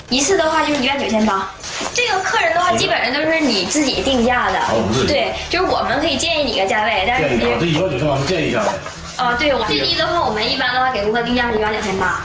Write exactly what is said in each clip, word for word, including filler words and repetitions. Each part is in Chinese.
一次的话就是一万九千八。这个客人的话，基本上都是你自己定价的。 哦， 对，就是我们可以建议你个价位，但是你这一万九千八是建议价位。 啊，对，最低的话，我们一般的话给顾客定价是一万两千八。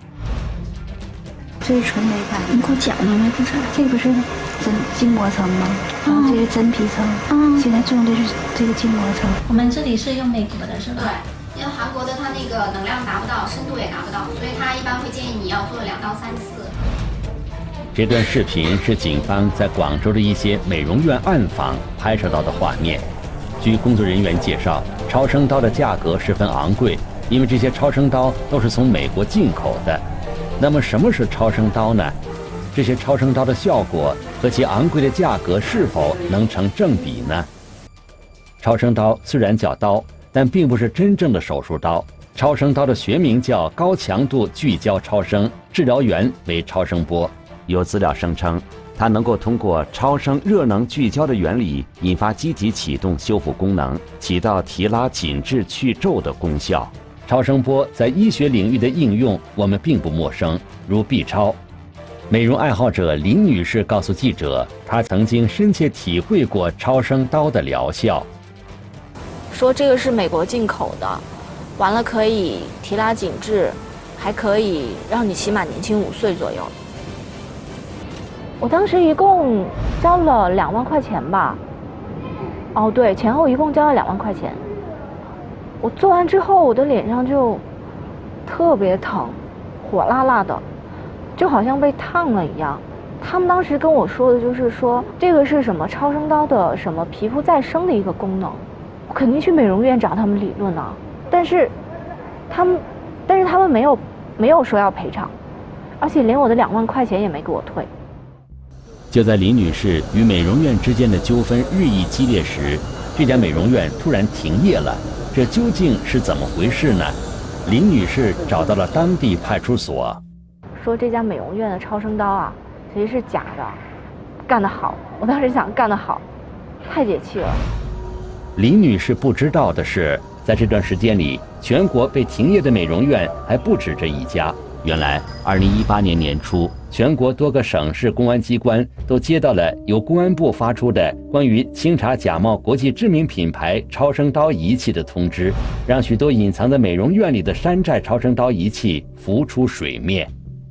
这是纯美感，你给我讲讲那不是？这不是真筋膜层吗？然后这是真皮层。嗯，现在用的是这个筋膜层。 我们这里是用美国的，是吧？ 对，因为韩国的它那个能量达不到，深度也达不到，所以它一般会建议你要做两到三次。 这段视频是警方在广州的一些美容院暗访拍摄到的画面。据工作人员介绍，超声刀的价格十分昂贵，因为这些超声刀都是从美国进口的。那么什么是超声刀呢？这些超声刀的效果和其昂贵的价格是否能成正比呢？超声刀虽然叫刀，但并不是真正的手术刀。超声刀的学名叫高强度聚焦超声，治疗源为超声波。有资料声称，它能够通过超声热能聚焦的原理，引发机体启动修复功能，起到提拉、紧致、去皱的功效。超声波在医学领域的应用，我们并不陌生，如 B 超。美容爱好者林女士告诉记者，她曾经深切体会过超声刀的疗效。 说这个是美国进口的，完了可以提拉紧致，还可以让你起码年轻五岁左右。我当时一共交了两万块钱吧。哦，对，前后一共交了两万块钱。我做完之后，我的脸上就特别疼，火辣辣的，就好像被烫了一样。他们当时跟我说的就是说，这个是什么超声刀的什么皮肤再生的一个功能。我肯定去美容院找他们理论啊，但是他们，但是他们没有没有说要赔偿，而且连我的两万块钱也没给我退。 就在林女士与美容院之间的纠纷日益激烈时，这家美容院突然停业了。这究竟是怎么回事呢？林女士找到了当地派出所， 说这家美容院的超声刀啊，其实是假的，干得好。我当时想干得好，太解气了。 林女士不知道的是，在这段时间里，全国被停业的美容院还不止这一家。原来，二零一八年年初，全国多个省市公安机关都接到了由公安部发出的关于清查假冒国际知名品牌超声刀仪器的通知，让许多隐藏在美容院里的山寨超声刀仪器浮出水面。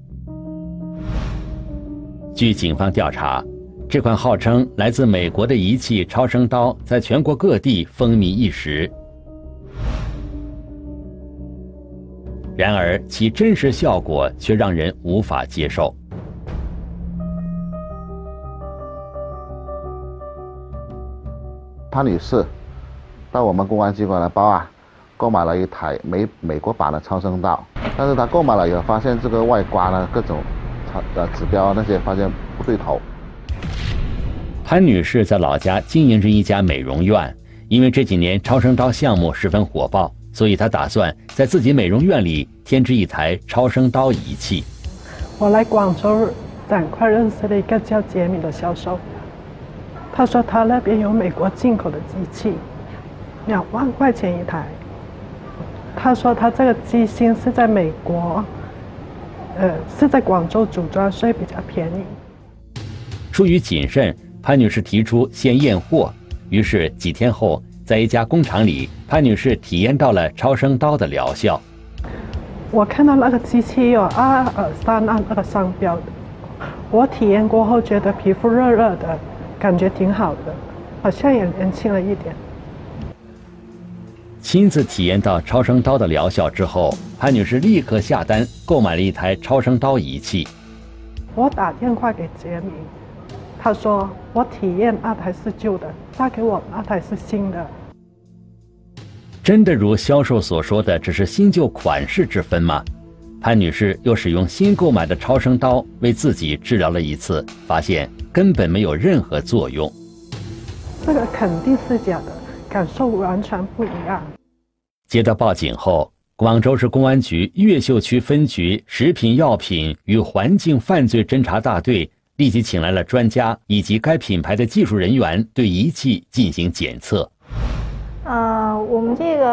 据警方调查，这款号称来自美国的仪器超声刀在全国各地风靡一时。然而，其真实效果却让人无法接受。 潘女士到我们公安机关来报案，购买了一台美美国版的超声刀，但是她购买了以后发现这个外观呢，各种的指标那些发现不对头。 潘女士在老家经营着一家美容院，因为这几年超声刀项目十分火爆。所以他打算在自己美容院里添置一台超声刀仪器。 我来广州赶快认识了一个叫杰米的销售，他说他那边有美国进口的机器，两万块钱一台。他说他这个机芯是在美国，呃，是在广州组装，所以比较便宜。 出于谨慎，潘女士提出先验货，于是几天后，在一家工厂里，潘女士体验到了超声刀的疗效。 我看到那个机器有二二三按那个商标的，我体验过后觉得皮肤热热的，感觉挺好的，好像也年轻了一点。 亲自体验到超声刀的疗效之后，潘女士立刻下单购买了一台超声刀仪器。 我打电话给杰明，他说我体验那台是旧的，发给我那台是新的。 真的如销售所说的只是新旧款式之分吗？潘女士又使用新购买的超声刀为自己治疗了一次，发现根本没有任何作用。 这个肯定是假的，感受完全不一样。 接到报警后，广州市公安局越秀区分局食品药品与环境犯罪侦查大队立即请来了专家以及该品牌的技术人员，对仪器进行检测。 呃，我们这个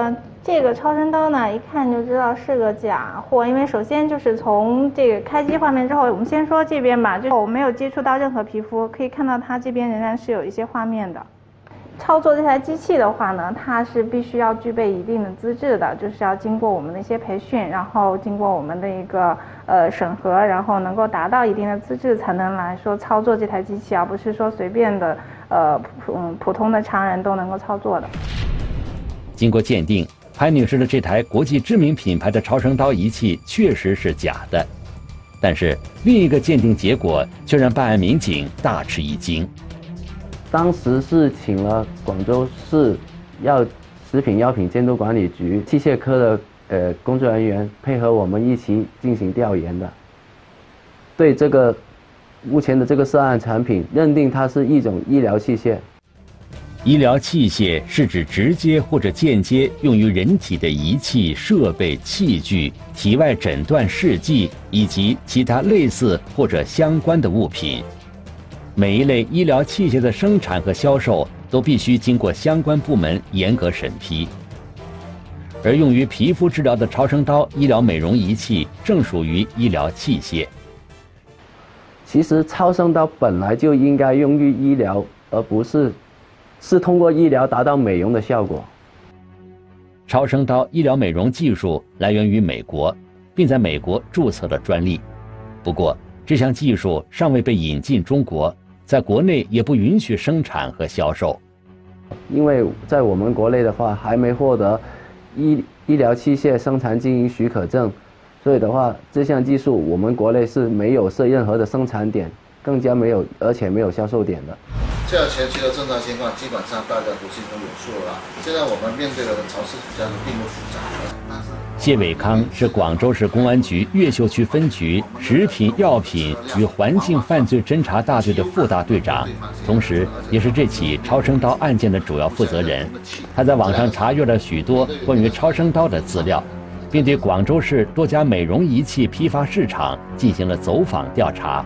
这个超声刀呢，一看就知道是个假货，因为首先就是从这个开机画面之后，我们先说这边吧，就是我没有接触到任何皮肤，可以看到它这边仍然是有一些画面的。操作这台机器的话呢，它是必须要具备一定的资质的，就是要经过我们的一些培训，然后经过我们的一个呃审核，然后能够达到一定的资质，才能来说操作这台机器，而不是说随便的呃普嗯普通的常人都能够操作的。 经过鉴定，潘女士的这台国际知名品牌的超声刀仪器确实是假的，但是另一个鉴定结果却让办案民警大吃一惊。 当时是请了广州市药食品药品监督管理局器械科的呃工作人员配合我们一起进行调研的，对这个目前的这个涉案产品认定它是一种医疗器械。 医疗器械是指直接或者间接用于人体的仪器、设备、器具、体外诊断试剂以及其他类似或者相关的物品。每一类医疗器械的生产和销售都必须经过相关部门严格审批，而用于皮肤治疗的超声刀医疗美容仪器正属于医疗器械。 其实超声刀本来就应该用于医疗，而不是是通过医疗达到美容的效果。 超声刀医疗美容技术来源于美国，并在美国注册了专利。不过，这项技术尚未被引进中国，在国内也不允许生产和销售。 因为在我们国内的话，还没获得医医疗器械生产经营许可证，所以的话，这项技术我们国内是没有设任何的生产点，更加没有，而且没有销售点的。 这样前期的正常情况，基本上大家都心中有数了。现在我们面对的潮湿家属并不复杂，但是谢伟康是广州市公安局越秀区分局食品药品与环境犯罪侦查大队的副大队长，同时也是这起超声刀案件的主要负责人。他在网上查阅了许多关于超声刀的资料，并对广州市多家美容仪器批发市场进行了走访调查。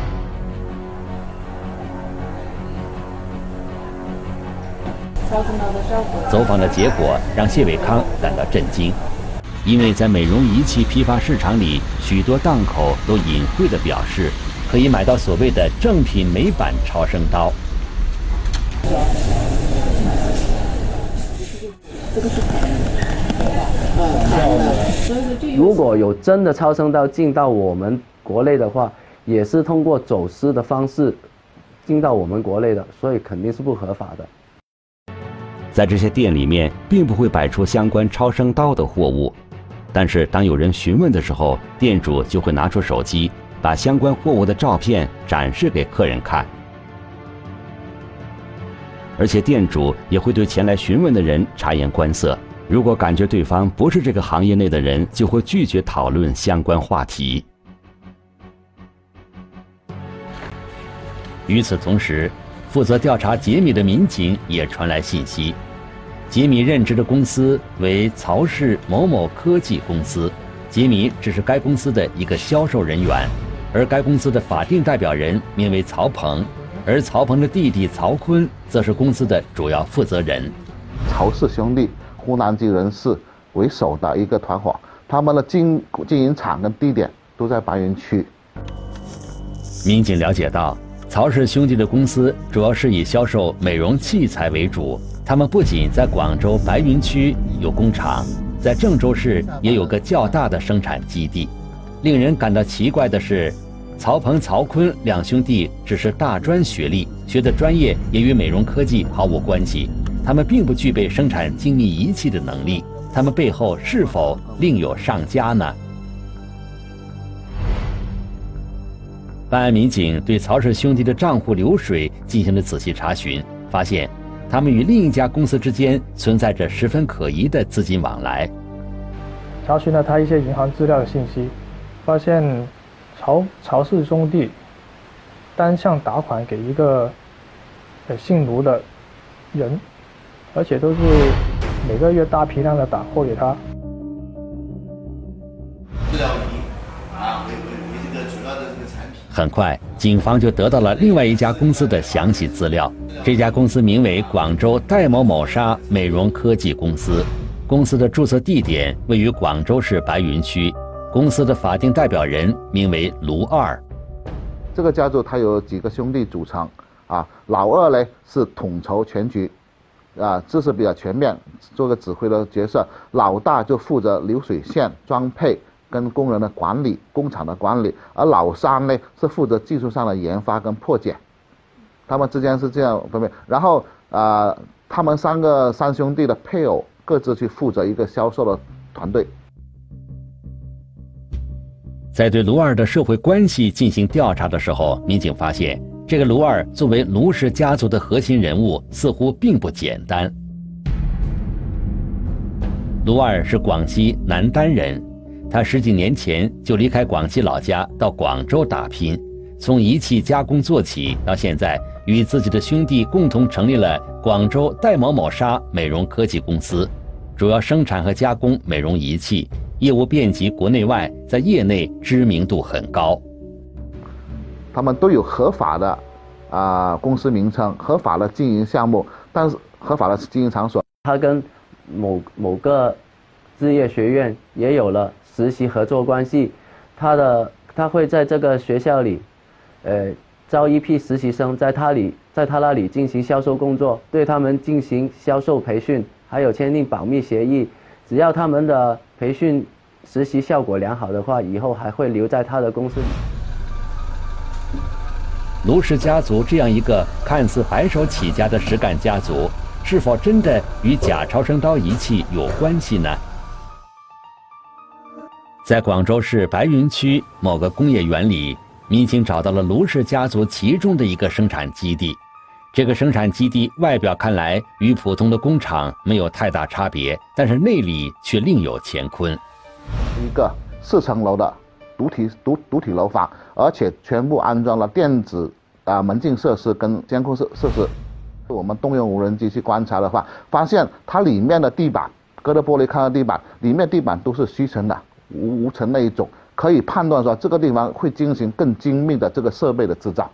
走访的结果让谢伟康感到震惊，因为在美容仪器批发市场里，许多档口都隐晦地表示可以买到所谓的正品美版超声刀。 如果有真的超声刀进到我们国内的话，也是通过走私的方式进到我们国内的，所以肯定是不合法的。 在这些店里面，并不会摆出相关超声刀的货物，但是当有人询问的时候，店主就会拿出手机，把相关货物的照片展示给客人看。而且店主也会对前来询问的人察言观色，如果感觉对方不是这个行业内的人，就会拒绝讨论相关话题。与此同时，负责调查杰米的民警也传来信息，杰米任职的公司为曹氏某某科技公司，杰米只是该公司的一个销售人员，而该公司的法定代表人名为曹鹏，而曹鹏的弟弟曹坤则是公司的主要负责人。 曹氏兄弟，湖南籍人士为首的一个团伙，他们的经经营场跟地点都在白云区。 民警了解到，曹氏兄弟的公司主要是以销售美容器材为主，他们不仅在广州白云区有工厂，在郑州市也有个较大的生产基地。令人感到奇怪的是，曹鹏、曹坤两兄弟只是大专学历，学的专业也与美容科技毫无关系，他们并不具备生产精密仪器的能力，他们背后是否另有上家呢？办案民警对曹氏兄弟的账户流水进行了仔细查询，发现他们与另一家公司之间存在着十分可疑的资金往来。 查询了他一些银行资料的信息，发现曹曹氏兄弟单向打款给一个呃姓卢的人，而且都是每个月大批量的打货给他。治疗仪啊，为为为这个主要的这个产品。 很快，警方就得到了另外一家公司的详细资料。这家公司名为广州戴某某纱美容科技公司， 公司的注册地点位于广州市白云区，公司的法定代表人名为卢二。 这个家族他有几个兄弟组成啊，老二呢是统筹全局，啊，知识比较全面，做个指挥的角色。老大就负责流水线装配跟工人的管理、工厂的管理，而老三呢是负责技术上的研发跟破解。他们之间是这样分配，然后啊、呃，他们三个三兄弟的配偶各自去负责一个销售的团队。 在对卢二的社会关系进行调查的时候，民警发现，这个卢二作为卢氏家族的核心人物，似乎并不简单。卢二是广西南丹人，他十几年前就离开广西老家到广州打拼，从仪器加工做起，到现在与自己的兄弟共同成立了广州戴某某纱美容科技公司，主要生产和加工美容仪器，业务遍及国内外，在业内知名度很高。 他们都有合法的啊、呃、公司名称、合法的经营项目，但是合法的经营场所。 他跟某某个职业学院也有了实习合作关系，他的他会在这个学校里，呃，招一批实习生，在他里在他那里进行销售工作，对他们进行销售培训，还有签订保密协议。只要他们的培训实习效果良好的话，以后还会留在他的公司里。 卢氏家族这样一个看似白手起家的实干家族，是否真的与假超声刀仪器有关系呢？在广州市白云区某个工业园里，民警找到了卢氏家族其中的一个生产基地。这个生产基地外表看来与普通的工厂没有太大差别，但是内里却另有乾坤。 一个四层楼的独体独独体楼房，而且全部安装了电子啊、呃、门禁设施跟监控设设施。我们动用无人机去观察的话，发现它里面的地板，隔着玻璃看到地板，里面地板都是虚层的，无无尘那一种，可以判断说这个地方会进行更精密的这个设备的制造。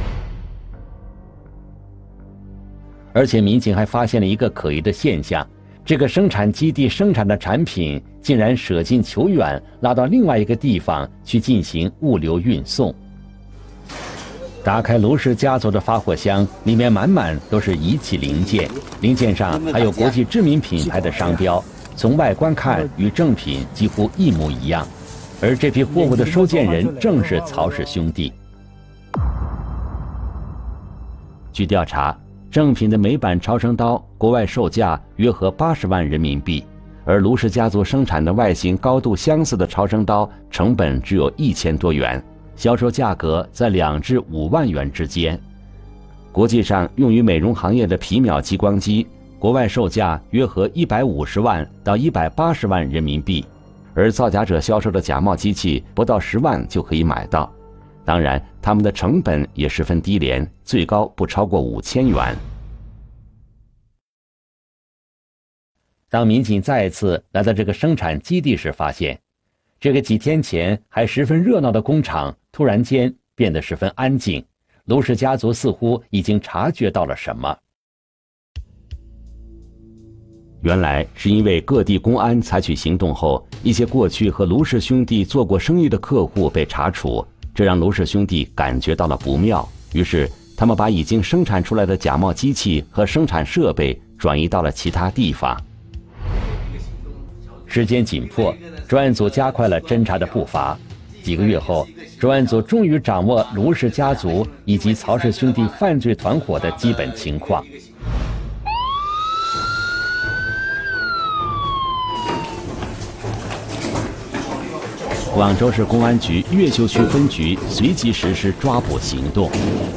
而且民警还发现了一个可疑的现象，这个生产基地生产的产品竟然舍近求远，拉到另外一个地方去进行物流运送。打开卢氏家族的发货箱，里面满满都是仪器零件，零件上还有国际知名品牌的商标，从外观看与正品几乎一模一样。而这批货物的收件人正是曹氏兄弟。据调查，正品的美版超声刀国外售价约合八十万人民币，而卢氏家族生产的外形高度相似的超声刀成本只有一千多元，销售价格在两至五万元之间。国际上用于美容行业的皮秒激光机，国外售价约合一百五十万到一百八十万人民币，而造假者销售的假冒机器不到十万就可以买到。当然，他们的成本也十分低廉，最高不超过五千元。当民警再次来到这个生产基地时，发现这个几天前还十分热闹的工厂突然间变得十分安静。卢氏家族似乎已经察觉到了什么。原来是因为各地公安采取行动后，一些过去和卢氏兄弟做过生意的客户被查处，这让卢氏兄弟感觉到了不妙，于是他们把已经生产出来的假冒机器和生产设备转移到了其他地方。时间紧迫，专案组加快了侦查的步伐。几个月后，专案组终于掌握卢氏家族以及曹氏兄弟犯罪团伙的基本情况。广州市公安局越秀区分局随即实施抓捕行动，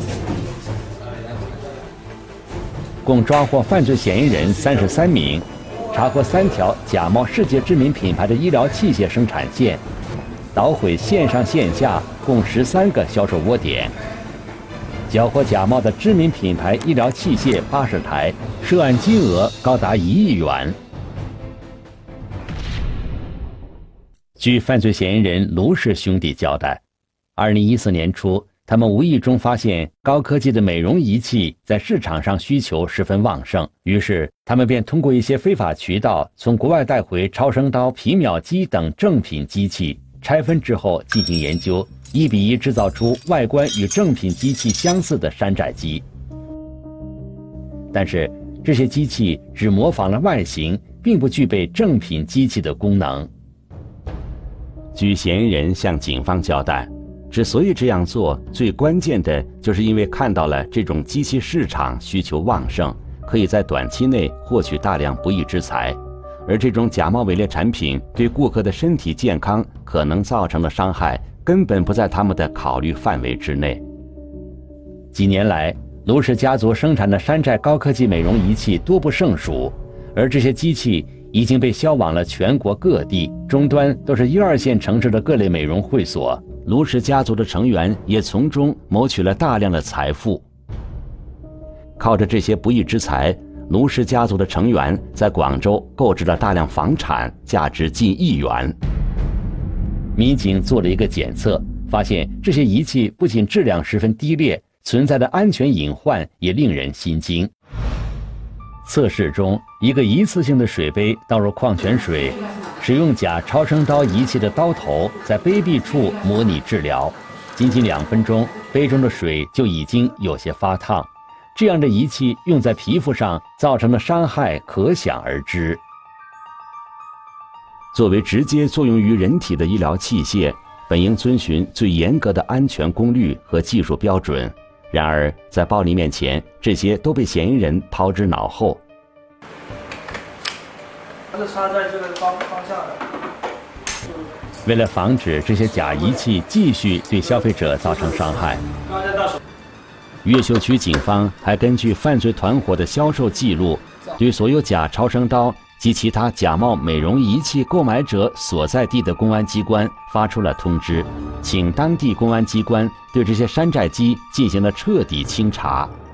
共抓获犯罪嫌疑人三十三名，查获三条假冒世界知名品牌的医疗器械生产线，捣毁线上线下共十三个销售窝点，缴获假冒的知名品牌医疗器械八十台，涉案金额高达一亿元。据犯罪嫌疑人卢氏兄弟交代，二零一四年初， 他们无意中发现高科技的美容仪器在市场上需求十分旺盛，于是他们便通过一些非法渠道从国外带回超声刀、皮秒机等正品机器，拆分之后进行研究，一比一制造出外观与正品机器相似的山寨机。但是这些机器只模仿了外形，并不具备正品机器的功能。据嫌疑人向警方交代，之所以这样做，最关键的就是因为看到了这种机器市场需求旺盛，可以在短期内获取大量不义之财，而这种假冒伪劣产品对顾客的身体健康可能造成的伤害，根本不在他们的考虑范围之内。几年来，卢氏家族生产的山寨高科技美容仪器多不胜数，而这些机器已经被销往了全国各地，终端都是一二线城市的各类美容会所。卢氏家族的成员也从中谋取了大量的财富。靠着这些不义之财，卢氏家族的成员在广州购置了大量房产，价值近亿元。民警做了一个检测，发现这些仪器不仅质量十分低劣，存在的安全隐患也令人心惊。测试中，一个一次性的水杯倒入矿泉水，使用假超声刀仪器的刀头在杯壁处模拟治疗，仅仅两分钟，杯中的水就已经有些发烫。这样的仪器用在皮肤上造成的伤害可想而知。作为直接作用于人体的医疗器械，本应遵循最严格的安全功率和技术标准。然而，在暴力面前，这些都被嫌疑人抛之脑后。 它是插在这个方方向的。 为了防止这些假仪器继续对消费者造成伤害，越秀区警方还根据犯罪团伙的销售记录，对所有假超声刀及其他假冒美容仪器购买者所在地的公安机关发出了通知，请当地公安机关对这些山寨机进行了彻底清查。